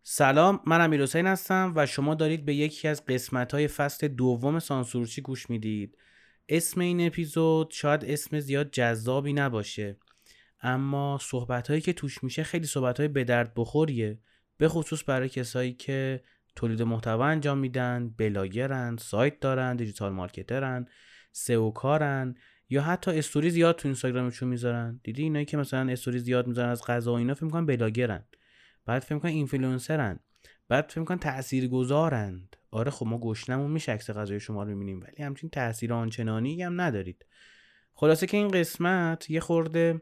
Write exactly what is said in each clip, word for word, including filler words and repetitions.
سلام، من امیرحسین هستم و شما دارید به یکی از قسمت‌های فصل دوم سانسورچی گوش میدید. اسم این اپیزود شاید اسم زیاد جذابی نباشه، اما صحبت‌هایی که توش میشه خیلی صحبت‌های به درد بخوریه، به خصوص برای کسایی که تولید محتوا انجام میدن، بلاگرن، سایت دارن، دیجیتال مارکترن، سئو کارن، یا حتی استوری زیاد تو اینستاگرامشون میذارن. دیدی اینایی که مثلا استوری زیاد میذارن از غذا و اینا، فکر می‌کنن بلاگرن، بعد فکر می‌کنن اینفلوئنسرن، بعد فکر می‌کنن تاثیرگذارند. آره خب ما گشنمون میشه عکس غذای شما رو می‌بینیم، ولی همچین تاثیر آنچنانی هم ندارید. خلاصه که این قسمت یه خورده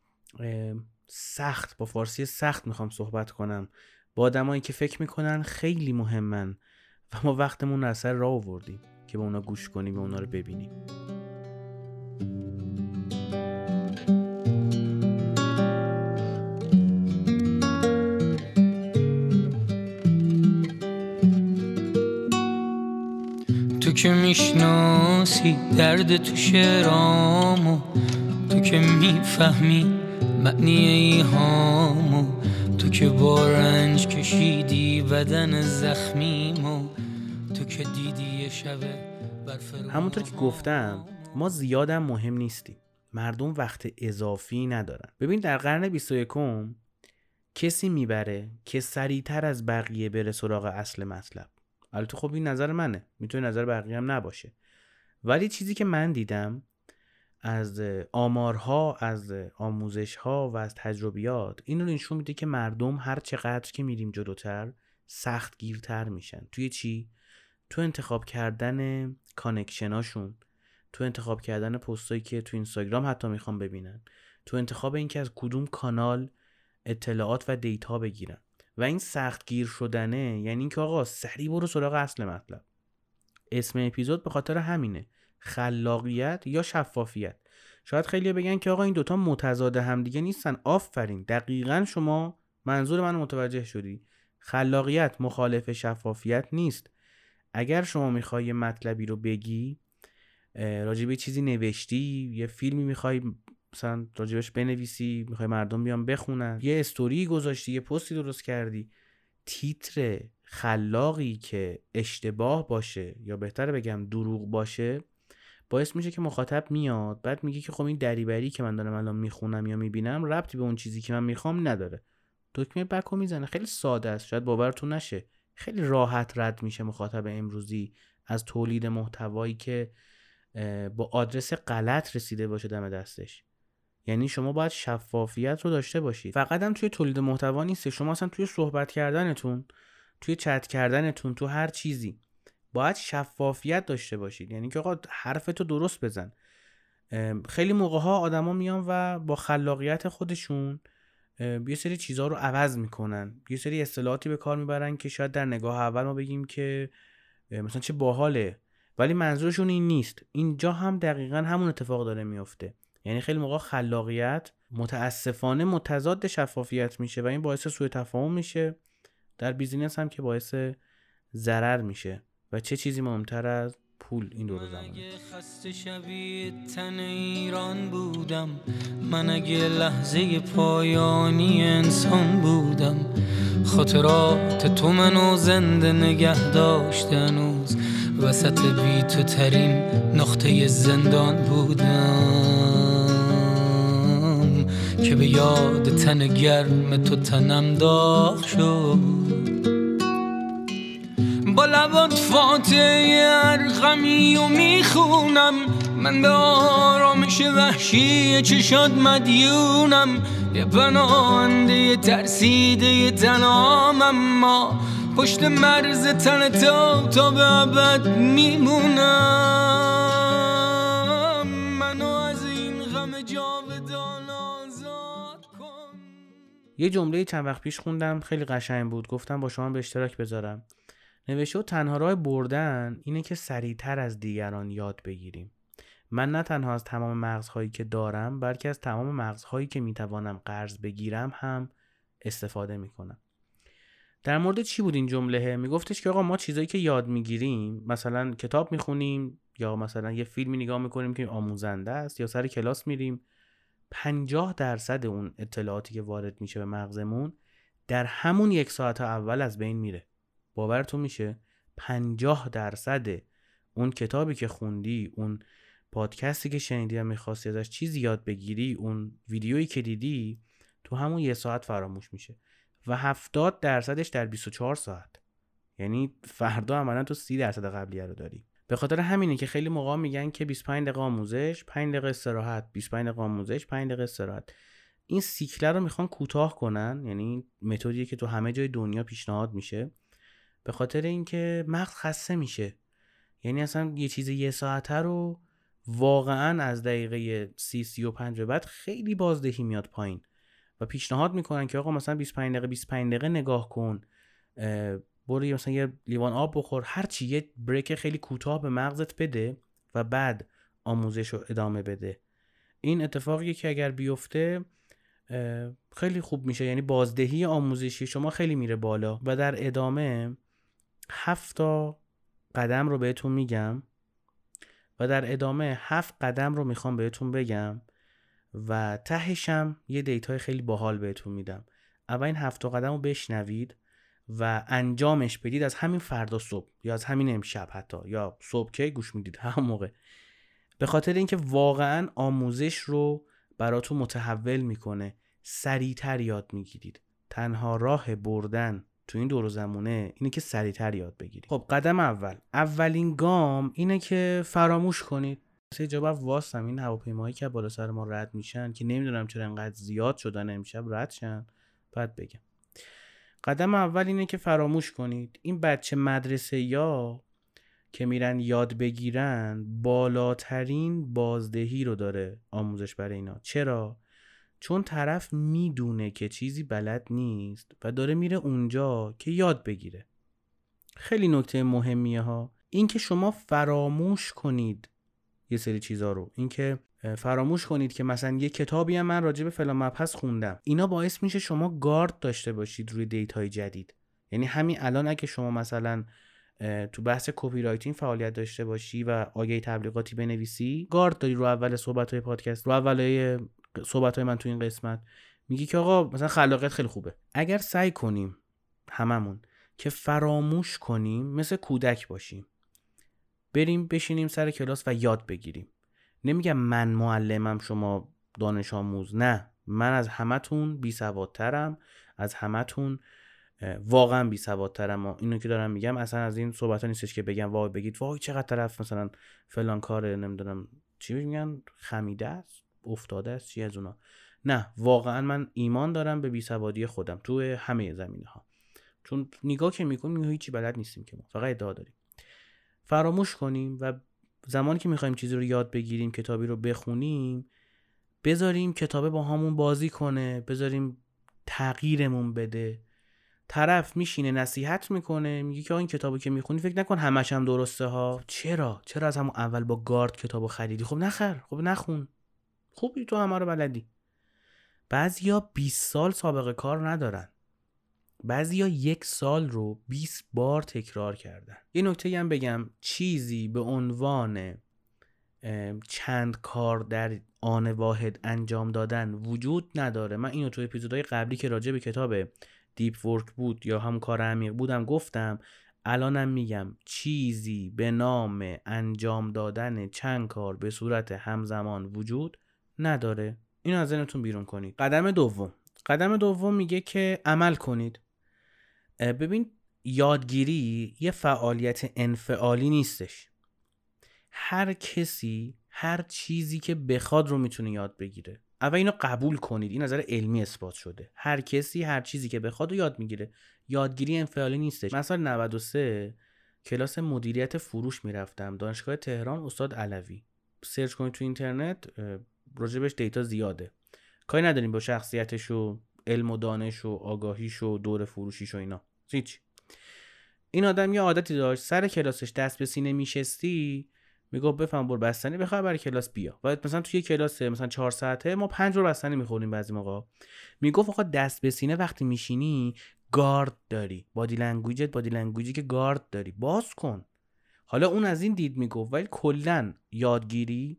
سخت، با فارسی سخت میخوام صحبت کنم با آدمایی که فکر میکنن خیلی مهمن و ما وقتمون رو اثر راه آوردیم که به اونا گوش کنیم و اونا رو ببینیم. تو که میشناسی درد تو شعرامو، تو که میفهمی معنی ایهامو، تو که با رنج کشیدی بدن زخمیمو، تو که دیدی یه شبه برف رو. همونطور که گفتم ما زیادم مهم نیستیم، مردم وقت اضافی ندارن. ببین در قرن بیست و یکم کسی میبره که سریعتر از بقیه بره سراغ اصل مطلب. البته خب این نظر منه، میتونه نظر بقیه هم نباشه، ولی چیزی که من دیدم از آمارها، از آموزشها و از تجربیات، این رو نشون میده که مردم هر چقدر که میریم جلوتر سخت گیرتر میشن. توی چی؟ تو انتخاب کردن کانکشناشون، تو انتخاب کردن پستایی که تو اینستاگرام حتی میخوام ببینن، تو انتخاب این که از کدوم کانال اطلاعات و دیتا بگیرن. و این سخت گیر شدنه یعنی این که آقا سریع برو سراغ اصل مطلب. اسم اپیزود به خاطر همینه، خلاقیت یا شفافیت. شاید خیلی بگن که آقا این دوتا متضاد همدیگه نیستن. آفرین، دقیقاً شما منظور من متوجه شدی. خلاقیت مخالف شفافیت نیست. اگر شما میخوای مطلبی رو بگی، راجبه چیزی نوشتی، یه فیلمی میخوای مثلا راجبش بنویسی، میخوای مردم بیان بخونن، یه استوری گذاشتی، یه پستی درست کردی، تیتر خلاقی که اشتباه باشه یا بهتره بگم دروغ باشه، باعث میشه که مخاطب میاد بعد میگه که خب این دریبری که من دارم الان میخونم یا میبینم ربطی به اون چیزی که من میخوام نداره. دکمه بکو میزنه. خیلی ساده است، شاید باورتون نشه. خیلی راحت رد میشه مخاطب امروزی از تولید محتوایی که با آدرس غلط رسیده باشه دم دستش. یعنی شما باید شفافیت رو داشته باشید. فقط هم توی تولید محتوا نیست، شما اصلا توی صحبت کردنتون، توی چت کردنتون، تو هر چیزی باید شفافیت داشته باشید. یعنی که آقا حرفتو درست بزن. خیلی موقع‌ها آدما میان و با خلاقیت خودشون یه سری چیزها رو عوض میکنن، یه سری اصطلاحاتی به کار میبرن که شاید در نگاه اول ما بگیم که مثلا چه باحاله، ولی منظورشون این نیست. اینجا هم دقیقاً همون اتفاق داره میفته. یعنی خیلی موقع خلاقیت متاسفانه متضاد شفافیت میشه و این باعث سوء تفاهم میشه در بیزینس هم که باعث ضرر میشه. و چه چیزی مهمتر از پول این دور زمانه. من اگه خسته شبیه تن ایران بودم، من اگه لحظه پایانی انسان بودم، خاطرات تو منو زنده نگه داشت هنوز، وسط بی تو ترین نقطه زندان بودم، که به یاد تن گرم تو تنم داغ شد. با لبات فاتحه هر غمی و میخونم، من به آرامش وحشی چشات مدیونم، یه پناهنده ترسیده تنام، اما پشت مرز تن تو تا به ابد میمونم. منو از این غم جاودان آزاد کن. یه جمله چند وقت پیش خوندم خیلی قشنگ بود، گفتم با شما به اشتراک بذارم. نوشته تنها راه بردن اینه که سریعتر از دیگران یاد بگیریم. من نه تنها از تمام مغزهایی که دارم، بلکه از تمام مغزهایی که میتوانم قرض بگیرم هم استفاده میکنم. در مورد چی بود این جمله؟ میگفتش که آقا ما چیزایی که یاد میگیریم، مثلا کتاب میخونیم یا مثلا یه فیلمی نگاه میکنیم که آموزنده است یا سر کلاس میریم، پنجاه درصد اون اطلاعاتی که وارد میشه به مغزمون در همون یک ساعت اول از بین میره. باورتون میشه پنجاه درصد اون کتابی که خوندی، اون پادکستی که شنیدی و میخواستی ازش چیزی یاد بگیری، اون ویدیویی که دیدی، تو همون یک ساعت فراموش میشه و هفتاد درصدش در بیست و چهار ساعت. یعنی فردا عملاً تو سی درصد قبلیه رو داری. به خاطر همینه که خیلی موقع میگن که بیست و پنج دقیقه آموزش، پنج دقیقه استراحت، بیست و پنج دقیقه آموزش، پنج دقیقه استراحت. این سیکل رو میخوان کوتاه کنن، یعنی متدیه که تو همه جای دنیا پیشنهاد میشه، به خاطر اینکه مغز خسته میشه. یعنی اصلا یه چیز یه ساعته رو واقعا از دقیقه سی سی و پنج به بعد خیلی بازدهی میاد پایین و پیشنهاد میکنن که آقا مثلا بیست و پنج دقیقه بیست و پنج دقیقه نگاه کن، برو مثلا یه لیوان آب بخور، هر چی یه بریک خیلی کوتاه به مغزت بده و بعد آموزش رو ادامه بده. این اتفاقی که اگر بیفته خیلی خوب میشه، یعنی بازدهی آموزشی شما خیلی میره بالا. و در ادامه هفت تا قدم رو بهتون میگم و در ادامه هفت قدم رو میخوام بهتون بگم و تهشم یه دیتای خیلی باحال بهتون میدم. اول این هفت تا قدم رو بشنوید و انجامش بدید از همین فردا صبح یا از همین امشب حتی، یا صبح که گوش میدید همون موقع، به خاطر اینکه واقعا آموزش رو براتون متحول میکنه، سریعتر یاد میگیرید. تنها راه بردن تو این دور و زمونه اینه که سریعتر یاد بگیرید. خب قدم اول، اولین گام اینه که فراموش کنید. سه جواب واسم این هواپیمایی که بالا سر ما رد میشن که نمیدونم چرا انقدر زیاد شدن امشب رد شن، بعد بگم. قدم اول اینه که فراموش کنید. این بچه مدرسه یا که میرن یاد بگیرن بالاترین بازدهی رو داره آموزش برای اینا. چرا؟ چون طرف میدونه که چیزی بلد نیست و داره میره اونجا که یاد بگیره. خیلی نکته مهمیه ها این که شما فراموش کنید یه سری چیزا رو. این که فراموش کنید که مثلا یه کتابی هم من راجع به فلان مبحث خوندم، اینا باعث میشه شما گارد داشته باشید روی دیتای جدید. یعنی همین الان اگه شما مثلا تو بحث کپی رایتینگ فعالیت داشته باشی و آگهی تبلیغاتی بنویسی، گارد داری رو اول صحبت‌های پادکست، رو اولای صحبت‌های من تو این قسمت میگی که آقا مثلا خلاقیت خیلی خوبه. اگر سعی کنیم هممون که فراموش کنیم، مثل کودک باشیم، بریم بشینیم سر کلاس و یاد بگیریم. نمیگم من معلمم شما دانش آموز، نه، من از همتون بی سوادترم، از همتون واقعا بی سوادترم. اینو که دارم میگم اصلا از این صحبت ها نیستش که بگم وای بگید وای چقدر طرف مثلا فلان کاره نمیدونم چی میگن خمیده است افتاده است چی از اونا. نه، واقعا من ایمان دارم به بی سوادی خودم تو همه زمینه ها، چون نگاه که میکنیم هیچی بلد نیستیم که ما فقط ادعا داریم. فراموش کنیم و زمانی که میخوایم چیزی رو یاد بگیریم، کتابی رو بخونیم، بذاریم کتابه با همون بازی کنه، بذاریم تغییرمون بده. طرف میشینه نصیحت میکنه، میگه که این کتابو که میخونی فکر نکن همش هم درسته ها. چرا چرا از همون اول با گارد کتابو خریدی؟ خب نخر، خب نخون، خوبی تو همه رو بلدی. بعضیا بیست سال سابقه کار ندارن، بعضیا یک سال رو بیست بار تکرار کردن. یه نکته هم بگم، چیزی به عنوان چند کار در آن واحد انجام دادن وجود نداره. من اینو تو اپیزودهای قبلی که راجع به کتاب دیپ ورک بود یا هم کار عمیق بودم گفتم، الانم میگم چیزی به نام انجام دادن چند کار به صورت همزمان وجود نداره. اینو از ذهنتون بیرون کنید. قدم دوم قدم دوم میگه که عمل کنید. ببین، یادگیری یه فعالیت انفعالی نیستش. هر کسی هر چیزی که بخواد رو میتونه یاد بگیره. اول اینو قبول کنید، این نظر علمی اثبات شده. هر کسی هر چیزی که بخواد رو یاد میگیره. یادگیری انفعالی نیستش. من سال نود و سه کلاس مدیریت فروش میرفتم دانشگاه تهران، استاد علوی. سرچ کنید تو اینترنت، راجبش دیتا زیاده. کاری نداریم با شخصیتش و علم و دانش و آگاهیش و دور فروشیش و اینا، هیچ. این آدم یه عادتی داشت، سر کلاسش دست به سینه میشستی، میگفت بفهم بر بستنی بخواه برای کلاس بیا. و مثلا توی کلاس مثلا چهار ساعته ما پنج بار بستنی میخوریم بعضی موقع. میگفت آقا دست به سینه وقتی میشینی گارد داری، بادی لنگویجت بادی لنگویجی که گارد داری، باز کن. حالا اون از این دید میگفت، ولی کلا یادگیری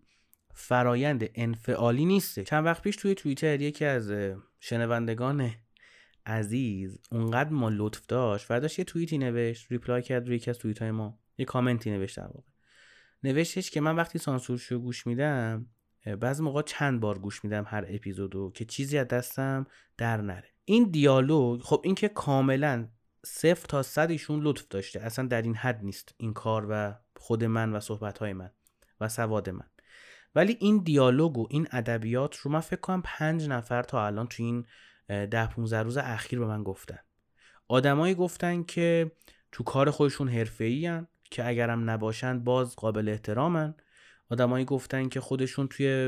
فرایند انفعالی نیسته. چند وقت پیش توی توییتر یکی از شنوندگان عزیز اونقدر ما لطف داشت و داشت یه توییتی نوشت، ریپلای کرد روی یکی از توییت‌های ما، یه کامنتی نوشت. در واقع نوشتش که من وقتی سانسورشو گوش میدم بعضی موقع چند بار گوش میدم هر اپیزودو که چیزی از دستم در نره. این دیالوگ خب این که کاملا صفر تا صد ایشون لطف داشته، اصلا در این حد نیست این کار و خود من و صحبت‌های من و سواد من، ولی این دیالوگ و این ادبیات رو من فکر کنم پنج نفر تا الان تو این ده پونزده روز اخیر به من گفتن. آدمایی گفتن که تو کار خودشون حرفه‌این که اگرم نباشن باز قابل احترامن. آدمایی گفتن که خودشون توی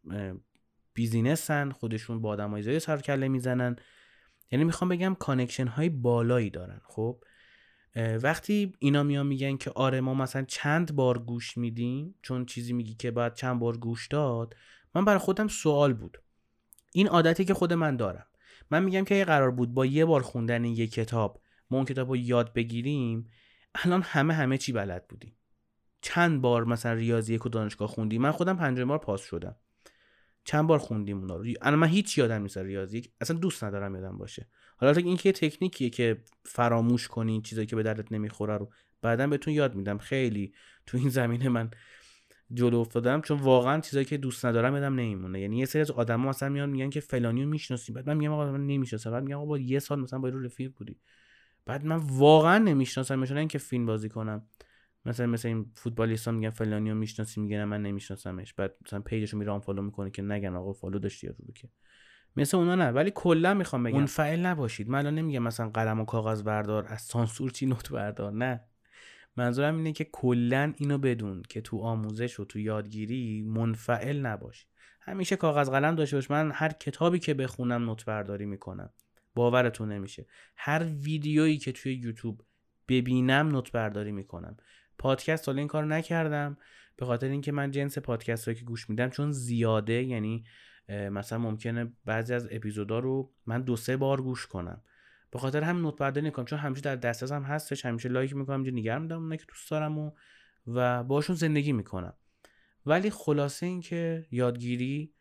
بیزینسن، خودشون با آدمای زیادی سر کله میزنن. یعنی میخوام بگم کانکشن های بالایی دارن. خب وقتی اینا میان میگن که آره ما مثلا چند بار گوش میدیم، چون چیزی میگی که باید چند بار گوش داد، من برای خودم سوال بود. این عادتی که خود من دارم، من میگم که اگه قرار بود با یه بار خوندن یک کتاب ما اون کتاب رو یاد بگیریم، الان همه همه چی بلد بودیم. چند بار مثلا ریاضی یک دانشگاه خوندیم، من خودم پنجمین بار پاس شدم. چند بار خوندیم اونا رو، الان من هیچ یادم نیست ریاضی، اصلا دوست ندارم یادم باشه. حالا این که تکنیکیه که فراموش کنین چیزایی که به دردت نمیخوره رو بعداً بهتون یاد میدم. خیلی تو این زمینه من جلو افتادم، چون واقعا چیزایی که دوست ندارم یادم نمیمونه. یعنی یه سری از آدما مثلا میان میگن که فلانیو میشناسی، بعد من میگم آقا من نمیشناسم، بعد میگم آقا یه سال مثلا با رو رفیق بودی، بعد من واقعا نمیشناسم. مثلا اینکه فیلم بازی کنم، مثلا مثلا این فوتبالیستا میگن فلانیو میشناسی، میگن من نمیشناسمش، بعد مثلا پیجشو میرم فالو میکنه که نگن آقا فالو داشتی یا رو که مثل اونا نه. ولی کلا میخوام بگم منفعل نباشید. من الان نمیگم مثلا قلم و کاغذ بردار از سانسور چی نوت بردار، نه. منظورم اینه که کلا اینو بدون که تو آموزش و تو یادگیری منفعل نباش. همیشه کاغذ قلم داشته باش. من هر کتابی که بخونم نوت برداری میکنم، باورتون نمیشه. هر ویدیویی که توی یوتیوب ببینم نوت برداری میکنم. پادکست حالا این کارو نکردم به خاطر اینکه من جنس پادکست رو که گوش میدم چون زیاده، یعنی مثلا ممکنه بعضی از اپیزودا رو من دو سه بار گوش کنم، به خاطر همین نوت برداری نمیکنم، چون همیشه در دسترسم هستش، همیشه لایک میکنم، اینجا نگه میدارم اونایی که دوست دارم و و باشون زندگی میکنم. ولی خلاصه این که یادگیری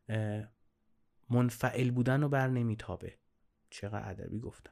منفعل بودن رو بر نمیتابه. چقدر ادبی گفتم.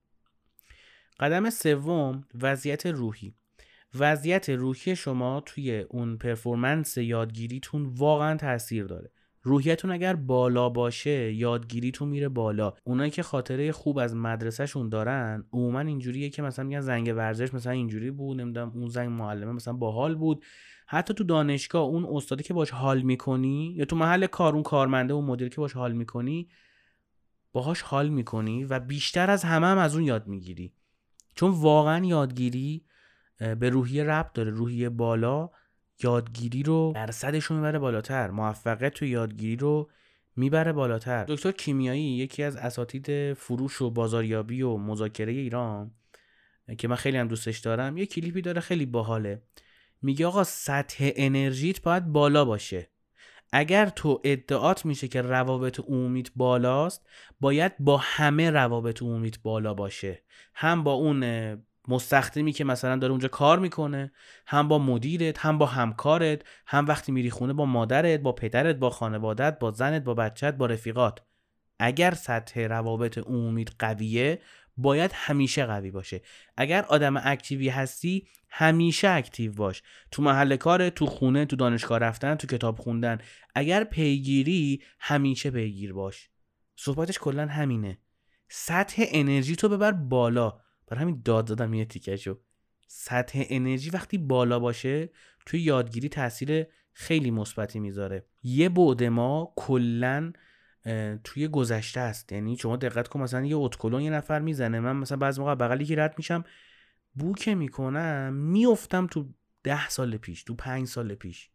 قدم سوم، وضعیت روحی. وضعیت روحی شما توی اون پرفورمنس یادگیریتون واقعا تاثیر داره. روحیتون اگر بالا باشه یادگیریتون میره بالا. اونایی که خاطره خوب از مدرسهشون دارن عموما اینجوریه که مثلا میگن زنگ ورزش مثلا اینجوری بود، نمیدونم اون زنگ معلمه مثلا باحال بود. حتی تو دانشگاه اون استادی که باش حال میکنی، یا تو محل کار اون کارمنده و مدیر که باش حال میکنی، باهاش حال میکنی و بیشتر از همه هم از اون یاد میگیری. چون واقعا یادگیری به روحیه ربط داره. روحیه بالا یادگیری رو درصدش رو میبره بالاتر، موفقیت تو یادگیری رو میبره بالاتر. دکتر کیمیایی، یکی از اساتید فروش و بازاریابی و مذاکره ایران که من خیلی هم دوستش دارم، یه کلیپی داره خیلی باحاله. میگه آقا سطح انرژیت باید بالا باشه. اگر تو ادعات میشه که روابط عمومیت بالاست، باید با همه روابط عمومیت بالا باشه. هم با اون مستخدمی که مثلا داره اونجا کار میکنه، هم با مدیرت، هم با همکارت، هم وقتی میری خونه با مادرت، با پدرت، با خانوادت، با زنت، با بچت، با رفیقات. اگر سطح روابط عمومیت قویه، باید همیشه قوی باشه. اگر آدم اکتیوی هستی، همیشه اکتیو باش. تو محل کار، تو خونه، تو دانشگاه رفتن، تو کتاب خوندن. اگر پیگیری، همیشه پیگیر باش. صحبتش کلا همینه. سطح انرژی تو ببر بالا. برای همین داد دادم یه تیکشو. سطح انرژی وقتی بالا باشه توی یادگیری تاثیر خیلی مثبتی میذاره. یه بعد ما کلا توی گذشته است. یعنی شما دقت کن، مثلا یه اتکلون یه نفر میزنه، من مثلا بعضی موقع بغلی که رد میشم بوکه میکنم، میافتم تو ده سال پیش، تو پنج سال پیش.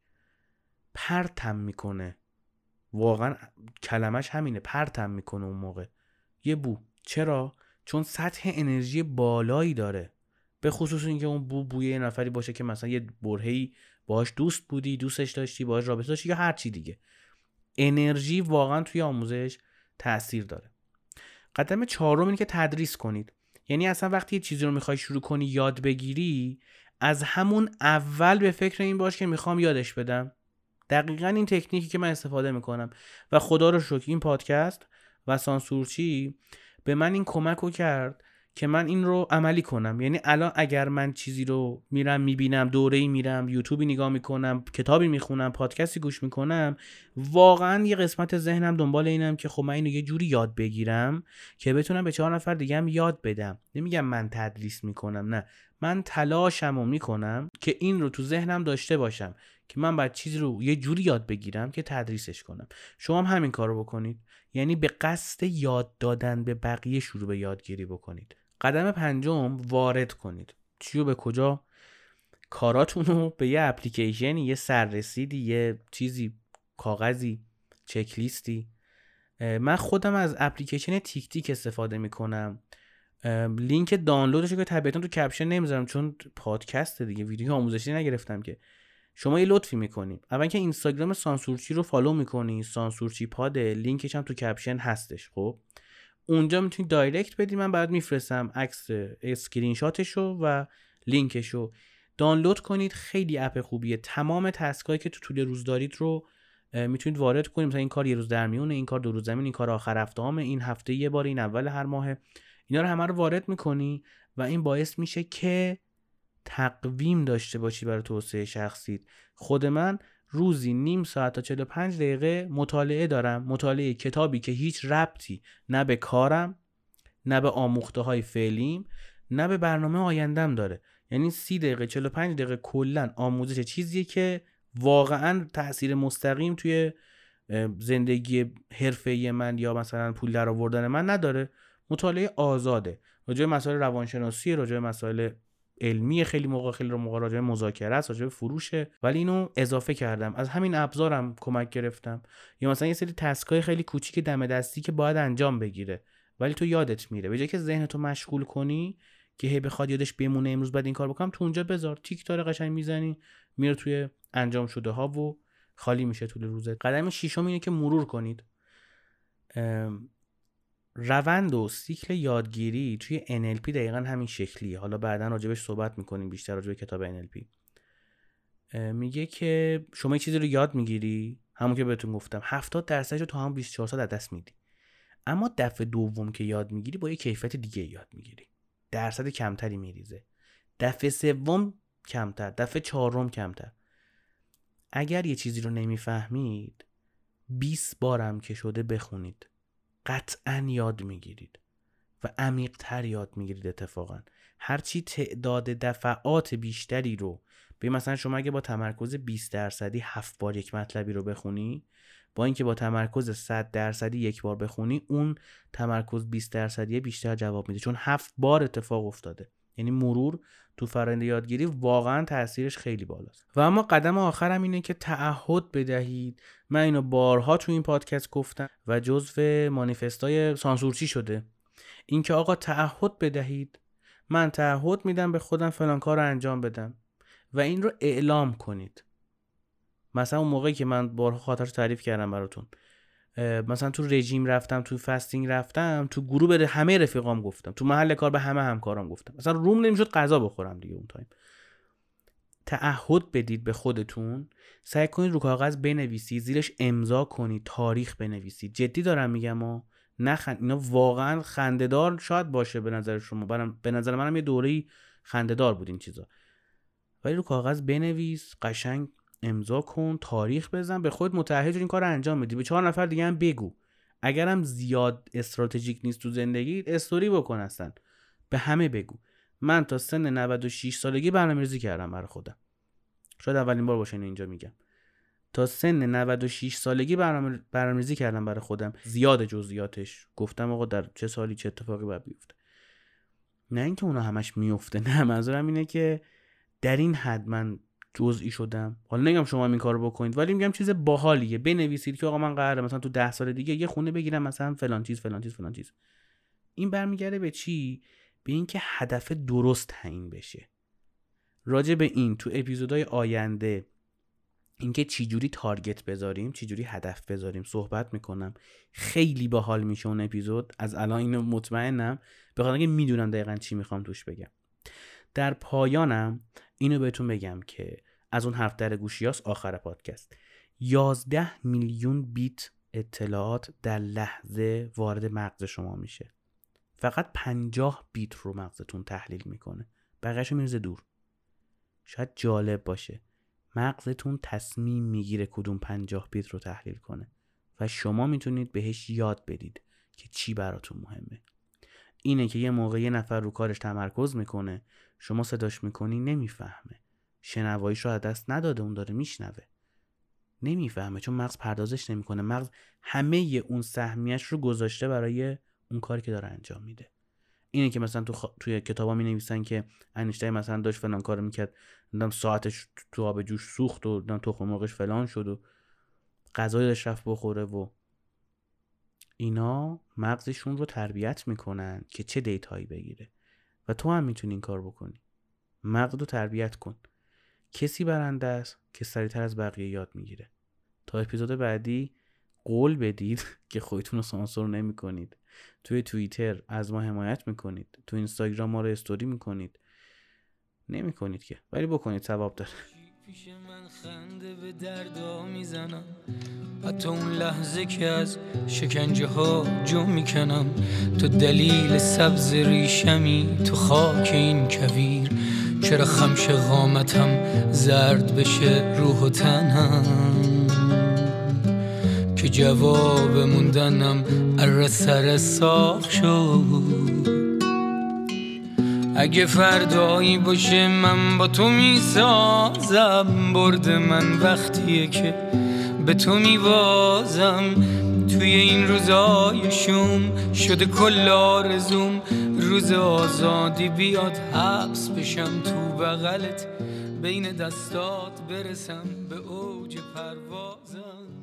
پرتم میکنه، واقعا کلمش همینه، پرتم میکنه اون موقع یه بو. چرا؟ چون سطح انرژی بالایی داره. به خصوص اینکه اون بو بوی یه نفری باشه که مثلا یه برهه‌ای باهاش دوست بودی، دوستش داشتی، باهاش رابطه داشتی، یا هر چی دیگه. انرژی واقعا توی آموزش تأثیر داره. قدم چهارم اینه که تدریس کنید. یعنی اصلا وقتی یه چیزی رو میخوای شروع کنی یاد بگیری، از همون اول به فکر این باش که میخوام یادش بدم. دقیقاً این تکنیکی که من استفاده میکنم و خدا رو شکر این پادکست و سانسورچی به من این کمک رو کرد که من این رو عملی کنم. یعنی الان اگر من چیزی رو میرم میبینم، دوره‌ای میرم، یوتیوبی نگاه میکنم، کتابی میخونم، پادکستی گوش میکنم، واقعا یه قسمت ذهنم دنبال اینم که خب من اینو یه جوری یاد بگیرم که بتونم به چهار نفر دیگه هم یاد بدم. نمیگم من تدریس میکنم، نه، من تلاشمو میکنم که این رو تو ذهنم داشته باشم که من باید چیزی رو یه جوری یاد بگیرم که تدریسش کنم. شما هم همین کارو بکنید، یعنی به قصد یاد دادن به بقیه شروع به یادگیری بکنید. قدم پنجم، وارد کنید. چیو به کجا؟ کاراتونو به یه اپلیکیشن، یه سررسیدی، یه چیزی، کاغذی، چک لیستی. من خودم از اپلیکیشن تیک تیک استفاده میکنم. لینک دانلودش که طبیعتاً تو کپشن نمیذارم چون پادکست دیگه، ویدیو آموزشی نگرفتم که. شما یه لطفی میکنی، اول که اینستاگرام سانسورچی رو فالو میکنی، سانسورچی پاد، لینکش هم تو کپشن هستش. خب اونجا میتونی دایرکت بدی، من بعد میفرستم عکس اسکرین شاتشو و لینکشو. دانلود کنید، خیلی اپ خوبیه. تمام تسکایی که تو طول روز دارید رو میتونید وارد کنید. مثلا این کار یه روز در میونه، این کار دو روز زمین، این کار آخر هفته‌امه، این هفته یه بار، این اول هر ماه. اینا رو همه رو وارد میکنی و این باعث میشه که تقویم داشته باشی برای توسعه شخصیت. خود من روزی نیم ساعت تا چهل و پنج دقیقه مطالعه دارم، مطالعه کتابی که هیچ ربطی نه به کارم، نه به آموخته های فعلیم، نه به برنامه آیندم داره. یعنی سی دقیقه چهل و پنج دقیقه کلا آموزش چیزیه که واقعا تأثیر مستقیم توی زندگی حرفه‌ای من یا مثلا پول در آوردن من نداره. مطالعه آزاده، راجع به مسائل روانشناسی، راجع به مسائل علمی، خیلی موقع خیلی رو موقع راجع به مذاکره است، راجع به فروشه، ولی اینو اضافه کردم. از همین ابزارم کمک گرفتم. یا مثلا یه سری تسکای خیلی کوچیک دم دستی که باید انجام بگیره ولی تو یادت میره، به جای که ذهنتو مشغول کنی که هی بخواد یادش بمونه امروز بعد این کار بکنم، تو اونجا بذار، تیک تاره قشنگ میزنی میره توی انجام شده ها و خالی میشه طول روزت. قدم ششم اینه که مرور کنید. روند و سیکل یادگیری توی ان ال پی دقیقاً همین شکلیه. حالا بعداً راجبش صحبت میکنیم بیشتر، راجب کتاب ان ال پی. میگه که شما یه چیزی رو یاد میگیری، همون که بهتون گفتم هفتاد درصدش رو تا هم بیست و چهار ساعت از دست میدی. اما دفعه دوم که یاد میگیری با یه کیفیت دیگه یاد میگیری، درصد کمتری میریزه. دفعه سوم کمتر، دفعه چهارم کمتر. اگر یه چیزی رو نمیفهمید بیست بارم که شده بخونید، قطعاً یاد میگیرید و عمیق‌تر یاد میگیرید. اتفاقاً هرچی تعداد دفعات بیشتری رو به، مثلا شما اگه با تمرکز بیست درصدی هفت بار یک مطلبی رو بخونی، با اینکه با تمرکز صد درصدی یک بار بخونی، اون تمرکز بیست درصدی بیشتر جواب میده، چون هفت بار اتفاق افتاده. یعنی مرور تو فرآیند یادگیری واقعا تاثیرش خیلی بالاست. و اما قدم آخرم اینه که تعهد بدهید. من اینو بارها تو این پادکست گفتم و جزو مانیفستای سانسورچی شده، این که آقا تعهد بدهید. من تعهد میدم به خودم فلان کار رو انجام بدم و این رو اعلام کنید. مثلا اون موقعی که من بارها خاطرش تعریف کردم براتون، مثلا تو رژیم رفتم، تو فاستینگ رفتم، تو گروه به همه رفیقام گفتم، تو محل کار به همه همکارام گفتم، مثلا روم نمیشد غذا بخورم دیگه اون تایم. تعهد بدید به خودتون، سعی کنید رو کاغذ بنویسید، زیرش امضا کنید، تاریخ بنویسید. جدی دارم میگم ها، نخند، اینا واقعا خنده‌دار شاید باشه به نظر شما، برام به نظر منم یه دوره‌ای خنده‌دار بود این چیزا، ولی رو کاغذ بنویس، قشنگ امضا کن، تاریخ بزن، به خود متعهد این کار رو انجام بدی. به چهار نفر دیگه هم بگو. اگرم زیاد استراتژیک نیست تو زندگی، استوری بکن، اصلا به همه بگو. من تا سن نود و شش سالگی برنامه‌ریزی کردم برای خودم. شاید اولین بار باشه اینجا میگم. تا سن نود و شش سالگی برنامه برنامه‌ریزی کردم برای خودم. زیاد جزئیاتش گفتم آقا در چه سالی چه اتفاقی باید بیفته. نه اینکه اونا همش میفته، نه، منظورم اینه که در این حد من جزئی شدم. حالا نمیگم شما هم این کارو بکنید، ولی میگم چیز باحالیه. بنویسید که آقا من قراره مثلا تو ده سال دیگه یه خونه بگیرم، مثلا فلان چیز فلان چیز فلان چیز. این برمیگرده به چی؟ به این که هدف درست تعیین بشه. راجع به این تو اپیزودهای آینده، اینکه چی جوری تارگت بذاریم، چی جوری هدف بذاریم صحبت میکنم. خیلی باحال میشه اون اپیزود، از الان اینو مطمئنم، به خاطر اینکه میدونم دقیقاً چی میخوام توش بگم. در پایانم اینو بهتون بگم که از اون حرف در گوشیاس آخر پادکست، یازده میلیون بیت اطلاعات در لحظه وارد مغز شما میشه. فقط پنجاه بیت رو مغزتون تحلیل میکنه، بقیه‌شو میرزه دور. شاید جالب باشه، مغزتون تصمیم میگیره کدوم پنجاه بیت رو تحلیل کنه و شما میتونید بهش یاد بدید که چی براتون مهمه. اینه که یه موقع یه نفر رو کارش تمرکز میکنه، شما صداش میکنی نمیفهمه، شنواییش رو از دست نداده، اون داره میشنوه، نمیفهمه چون مغز پردازش نمیکنه. مغز همه اون سهمیش رو گذاشته برای اون کاری که داره انجام میده. اینه که مثلا تو خ... توی کتابا می نویسن که اینشتین مثلا داشت فلان کارو میکرد، نمیدونم ساعتش تو آب جوش سوخت و نمیدونم تخم مرغش فلان شد و غذای داشت رفت بخوره و اینا مغزشون رو تربیت میکنن که چه دیتایی بگیره. و تو هم میتونی این کار بکنی، مغز رو تربیت کن. کسی برنده است که سریعتر از بقیه یاد میگیره. تا اپیزود بعدی قول بدید که خودتون رو سانسور نمی کنید. توی توییتر از ما حمایت میکنید، تو اینستاگرام ما رو استوری میکنید. نمی کنید که، ولی بکنید، ثواب داره. پیش من خنده به دردا میزنم، حتی اون لحظه که از شکنجه ها جو میکنم. تو دلیل سبز ریشمی تو خاک این کویر، چرا خمش قامتم زرد بشه روح و تنم، که جواب موندنم اره سر ساخ شد. اگه فردایی باشه من با تو میسازم، برد من وقتیه که به تو میوازم. توی این روزای شوم شده کل آرزوم، روز آزادی بیاد حبس بشم تو بغلت، بین دستات برسم به اوج پروازم.